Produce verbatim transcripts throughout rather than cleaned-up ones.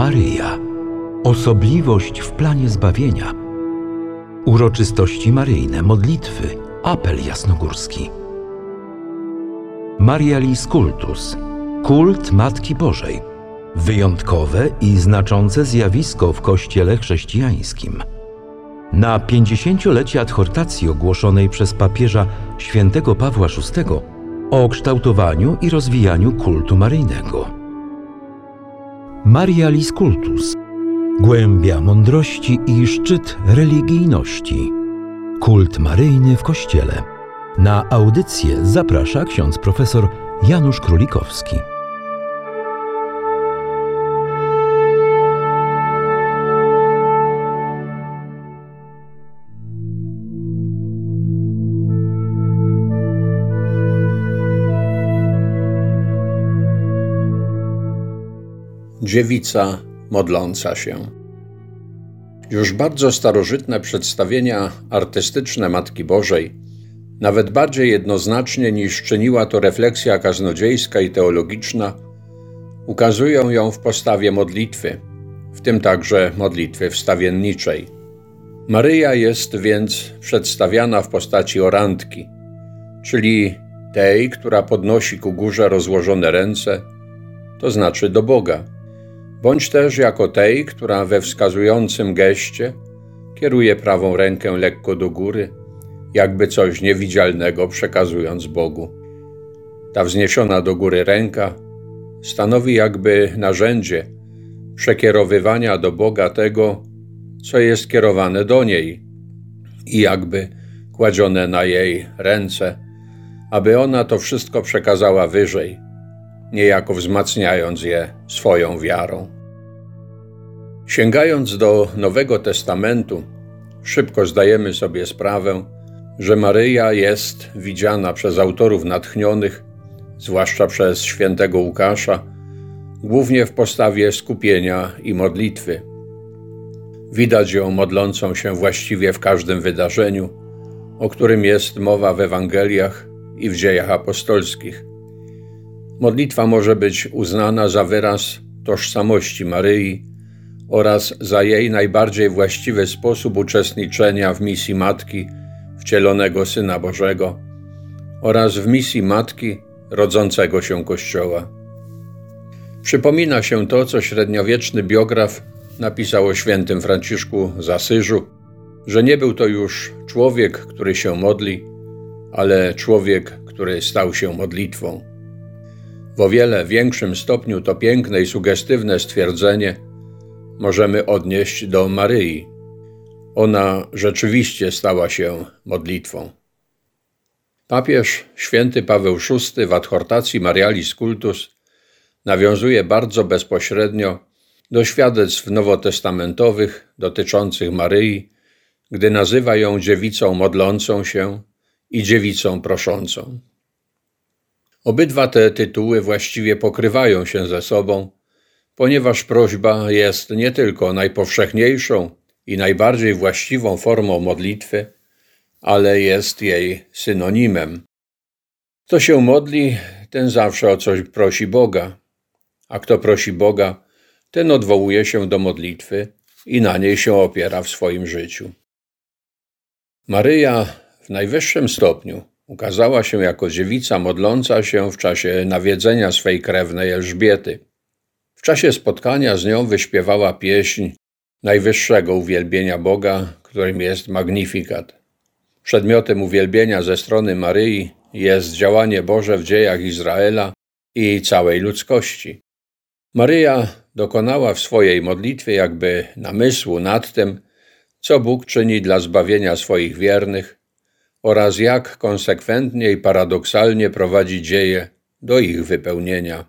Maryja. Osobliwość w planie zbawienia. Uroczystości maryjne, modlitwy, apel jasnogórski. Marialis Cultus. Kult Matki Bożej. Wyjątkowe i znaczące zjawisko w Kościele chrześcijańskim. Na pięćdziesięciolecie adhortacji ogłoszonej przez papieża świętego Pawła szóstego o kształtowaniu i rozwijaniu kultu maryjnego. Marialis Cultus. Głębia mądrości i szczyt religijności. Kult maryjny w Kościele. Na audycję zaprasza ksiądz profesor Janusz Królikowski. Dziewica modląca się. Już bardzo starożytne przedstawienia artystyczne Matki Bożej, nawet bardziej jednoznacznie niż czyniła to refleksja kaznodziejska i teologiczna, ukazują ją w postawie modlitwy, w tym także modlitwy wstawienniczej. Maryja jest więc przedstawiana w postaci orantki, czyli tej, która podnosi ku górze rozłożone ręce, to znaczy do Boga, bądź też jako tej, która we wskazującym geście kieruje prawą rękę lekko do góry, jakby coś niewidzialnego przekazując Bogu. Ta wzniesiona do góry ręka stanowi jakby narzędzie przekierowywania do Boga tego, co jest kierowane do niej i jakby kładzione na jej ręce, aby ona to wszystko przekazała wyżej, niejako wzmacniając je swoją wiarą. Sięgając do Nowego Testamentu, szybko zdajemy sobie sprawę, że Maryja jest widziana przez autorów natchnionych, zwłaszcza przez świętego Łukasza, głównie w postawie skupienia i modlitwy. Widać ją modlącą się właściwie w każdym wydarzeniu, o którym jest mowa w Ewangeliach i w dziejach apostolskich. Modlitwa może być uznana za wyraz tożsamości Maryi oraz za jej najbardziej właściwy sposób uczestniczenia w misji Matki wcielonego Syna Bożego oraz w misji Matki rodzącego się Kościoła. Przypomina się to, co średniowieczny biograf napisał o świętym Franciszku z Asyżu, że nie był to już człowiek, który się modli, ale człowiek, który stał się modlitwą. W o wiele większym stopniu to piękne i sugestywne stwierdzenie możemy odnieść do Maryi. Ona rzeczywiście stała się modlitwą. Papież święty Paweł szósty w adhortacji Marialis Cultus nawiązuje bardzo bezpośrednio do świadectw nowotestamentowych dotyczących Maryi, gdy nazywa ją dziewicą modlącą się i dziewicą proszącą. Obydwa te tytuły właściwie pokrywają się ze sobą, ponieważ prośba jest nie tylko najpowszechniejszą i najbardziej właściwą formą modlitwy, ale jest jej synonimem. Kto się modli, ten zawsze o coś prosi Boga, a kto prosi Boga, ten odwołuje się do modlitwy i na niej się opiera w swoim życiu. Maryja w najwyższym stopniu ukazała się jako dziewica modląca się w czasie nawiedzenia swej krewnej Elżbiety. W czasie spotkania z nią wyśpiewała pieśń najwyższego uwielbienia Boga, którym jest Magnificat. Przedmiotem uwielbienia ze strony Maryi jest działanie Boże w dziejach Izraela i całej ludzkości. Maryja dokonała w swojej modlitwie jakby namysłu nad tym, co Bóg czyni dla zbawienia swoich wiernych oraz jak konsekwentnie i paradoksalnie prowadzi dzieje do ich wypełnienia.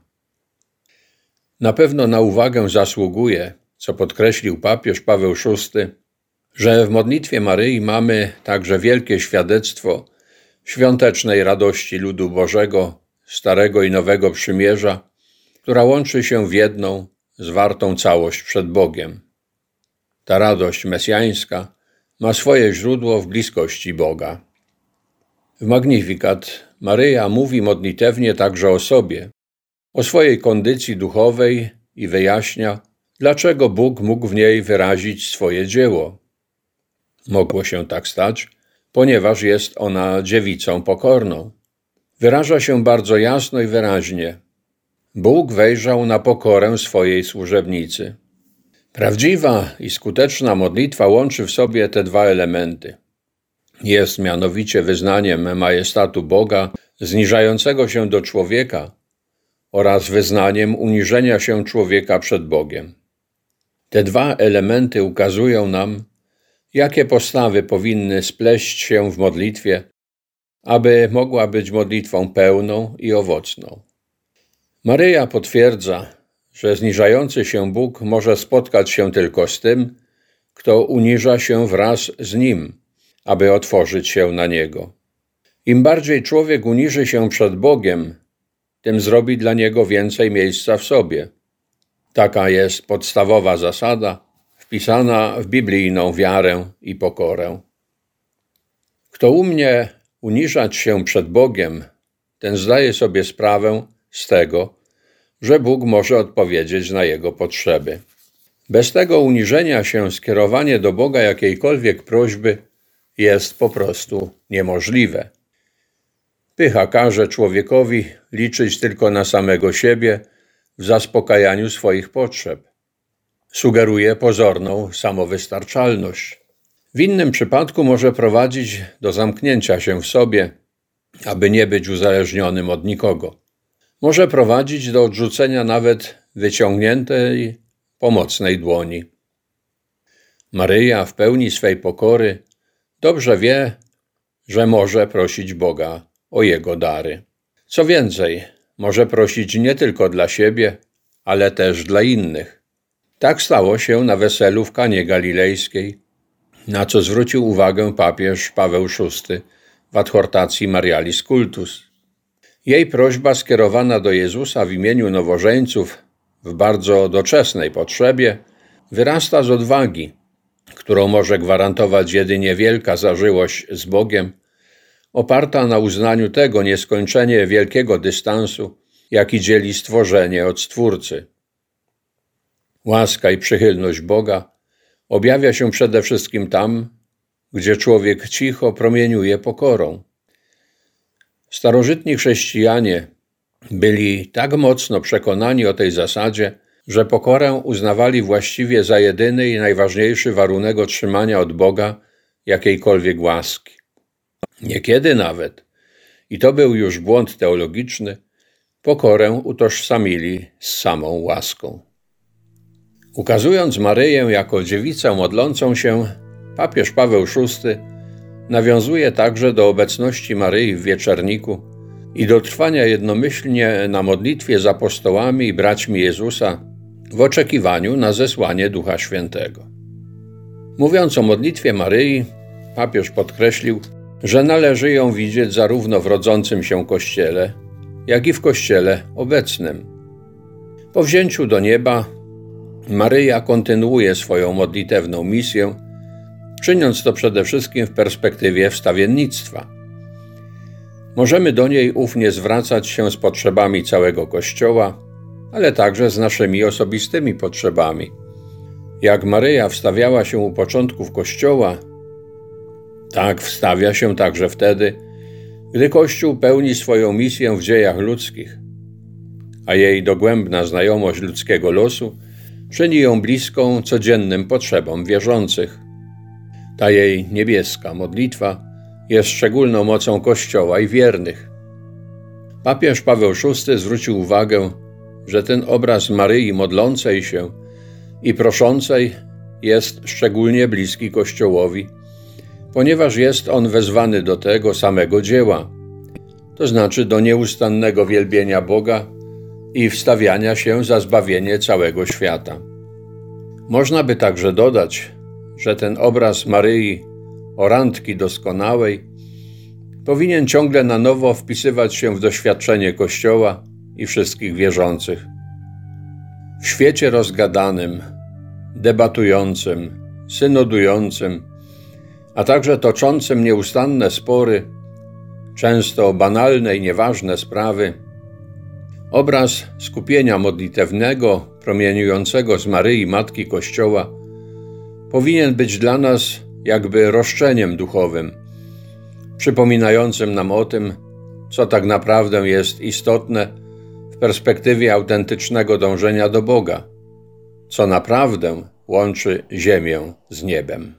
Na pewno na uwagę zasługuje, co podkreślił papież Paweł szósty, że w modlitwie Maryi mamy także wielkie świadectwo świątecznej radości ludu Bożego, Starego i Nowego Przymierza, która łączy się w jedną, zwartą całość przed Bogiem. Ta radość mesjańska ma swoje źródło w bliskości Boga. W Magnificat Maryja mówi modlitewnie także o sobie, o swojej kondycji duchowej i wyjaśnia, dlaczego Bóg mógł w niej wyrazić swoje dzieło. Mogło się tak stać, ponieważ jest ona dziewicą pokorną. Wyraża się bardzo jasno i wyraźnie. Bóg wejrzał na pokorę swojej służebnicy. Prawdziwa i skuteczna modlitwa łączy w sobie te dwa elementy. Jest mianowicie wyznaniem majestatu Boga, zniżającego się do człowieka, oraz wyznaniem uniżenia się człowieka przed Bogiem. Te dwa elementy ukazują nam, jakie postawy powinny spleść się w modlitwie, aby mogła być modlitwą pełną i owocną. Maryja potwierdza, że zniżający się Bóg może spotkać się tylko z tym, kto uniża się wraz z Nim, aby otworzyć się na Niego. Im bardziej człowiek uniży się przed Bogiem, tym zrobi dla Niego więcej miejsca w sobie. Taka jest podstawowa zasada, wpisana w biblijną wiarę i pokorę. Kto umie uniżać się przed Bogiem, ten zdaje sobie sprawę z tego, że Bóg może odpowiedzieć na jego potrzeby. Bez tego uniżenia się skierowanie do Boga jakiejkolwiek prośby jest po prostu niemożliwe. Pycha każe człowiekowi liczyć tylko na samego siebie w zaspokajaniu swoich potrzeb. Sugeruje pozorną samowystarczalność. W innym przypadku może prowadzić do zamknięcia się w sobie, aby nie być uzależnionym od nikogo. Może prowadzić do odrzucenia nawet wyciągniętej, pomocnej dłoni. Maryja w pełni swej pokory dobrze wie, że może prosić Boga o Jego dary. Co więcej, może prosić nie tylko dla siebie, ale też dla innych. Tak stało się na weselu w Kanie Galilejskiej, na co zwrócił uwagę papież Paweł szósty w adhortacji Marialis Cultus. Jej prośba skierowana do Jezusa w imieniu nowożeńców w bardzo doczesnej potrzebie wyrasta z odwagi, którą może gwarantować jedynie wielka zażyłość z Bogiem, oparta na uznaniu tego nieskończenie wielkiego dystansu, jaki dzieli stworzenie od Stwórcy. Łaska i przychylność Boga objawia się przede wszystkim tam, gdzie człowiek cicho promieniuje pokorą. Starożytni chrześcijanie byli tak mocno przekonani o tej zasadzie, że pokorę uznawali właściwie za jedyny i najważniejszy warunek otrzymania od Boga jakiejkolwiek łaski. Niekiedy nawet, i to był już błąd teologiczny, pokorę utożsamili z samą łaską. Ukazując Maryję jako dziewicę modlącą się, papież Paweł szósty nawiązuje także do obecności Maryi w wieczerniku i do trwania jednomyślnie na modlitwie z apostołami i braćmi Jezusa w oczekiwaniu na zesłanie Ducha Świętego. Mówiąc o modlitwie Maryi, papież podkreślił, że należy ją widzieć zarówno w rodzącym się Kościele, jak i w Kościele obecnym. Po wzięciu do nieba Maryja kontynuuje swoją modlitewną misję, czyniąc to przede wszystkim w perspektywie wstawiennictwa. Możemy do niej ufnie zwracać się z potrzebami całego Kościoła, ale także z naszymi osobistymi potrzebami. Jak Maryja wstawiała się u początków Kościoła, tak wstawia się także wtedy, gdy Kościół pełni swoją misję w dziejach ludzkich, a jej dogłębna znajomość ludzkiego losu czyni ją bliską codziennym potrzebom wierzących. Ta jej niebieska modlitwa jest szczególną mocą Kościoła i wiernych. Papież Paweł szósty zwrócił uwagę, że ten obraz Maryi modlącej się i proszącej jest szczególnie bliski Kościołowi, ponieważ jest on wezwany do tego samego dzieła, to znaczy do nieustannego wielbienia Boga i wstawiania się za zbawienie całego świata. Można by także dodać, że ten obraz Maryi, orantki doskonałej, powinien ciągle na nowo wpisywać się w doświadczenie Kościoła i wszystkich wierzących. W świecie rozgadanym, debatującym, synodującym, a także toczącym nieustanne spory, często o banalne i nieważne sprawy, obraz skupienia modlitewnego promieniującego z Maryi Matki Kościoła powinien być dla nas jakby roszczeniem duchowym, przypominającym nam o tym, co tak naprawdę jest istotne w perspektywie autentycznego dążenia do Boga, co naprawdę łączy ziemię z niebem.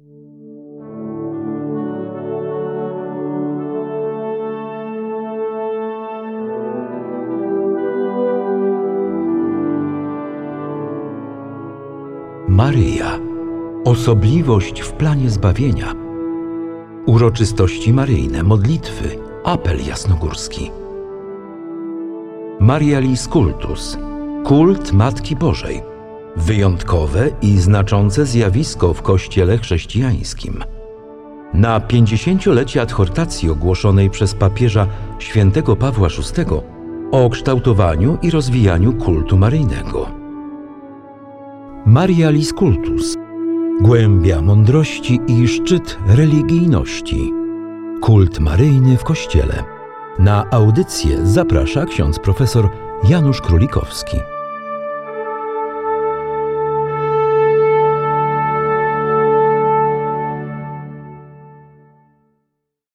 Maryja. Osobliwość w planie zbawienia. Uroczystości maryjne, modlitwy, apel jasnogórski. Marialis Cultus. Kult Matki Bożej. Wyjątkowe i znaczące zjawisko w Kościele chrześcijańskim. Na pięćdziesięciolecie adhortacji ogłoszonej przez papieża świętego Pawła szóstego o kształtowaniu i rozwijaniu kultu maryjnego. Marialis Cultus. Głębia mądrości i szczyt religijności. Kult maryjny w Kościele. Na audycję zaprasza ksiądz profesor Janusz Królikowski.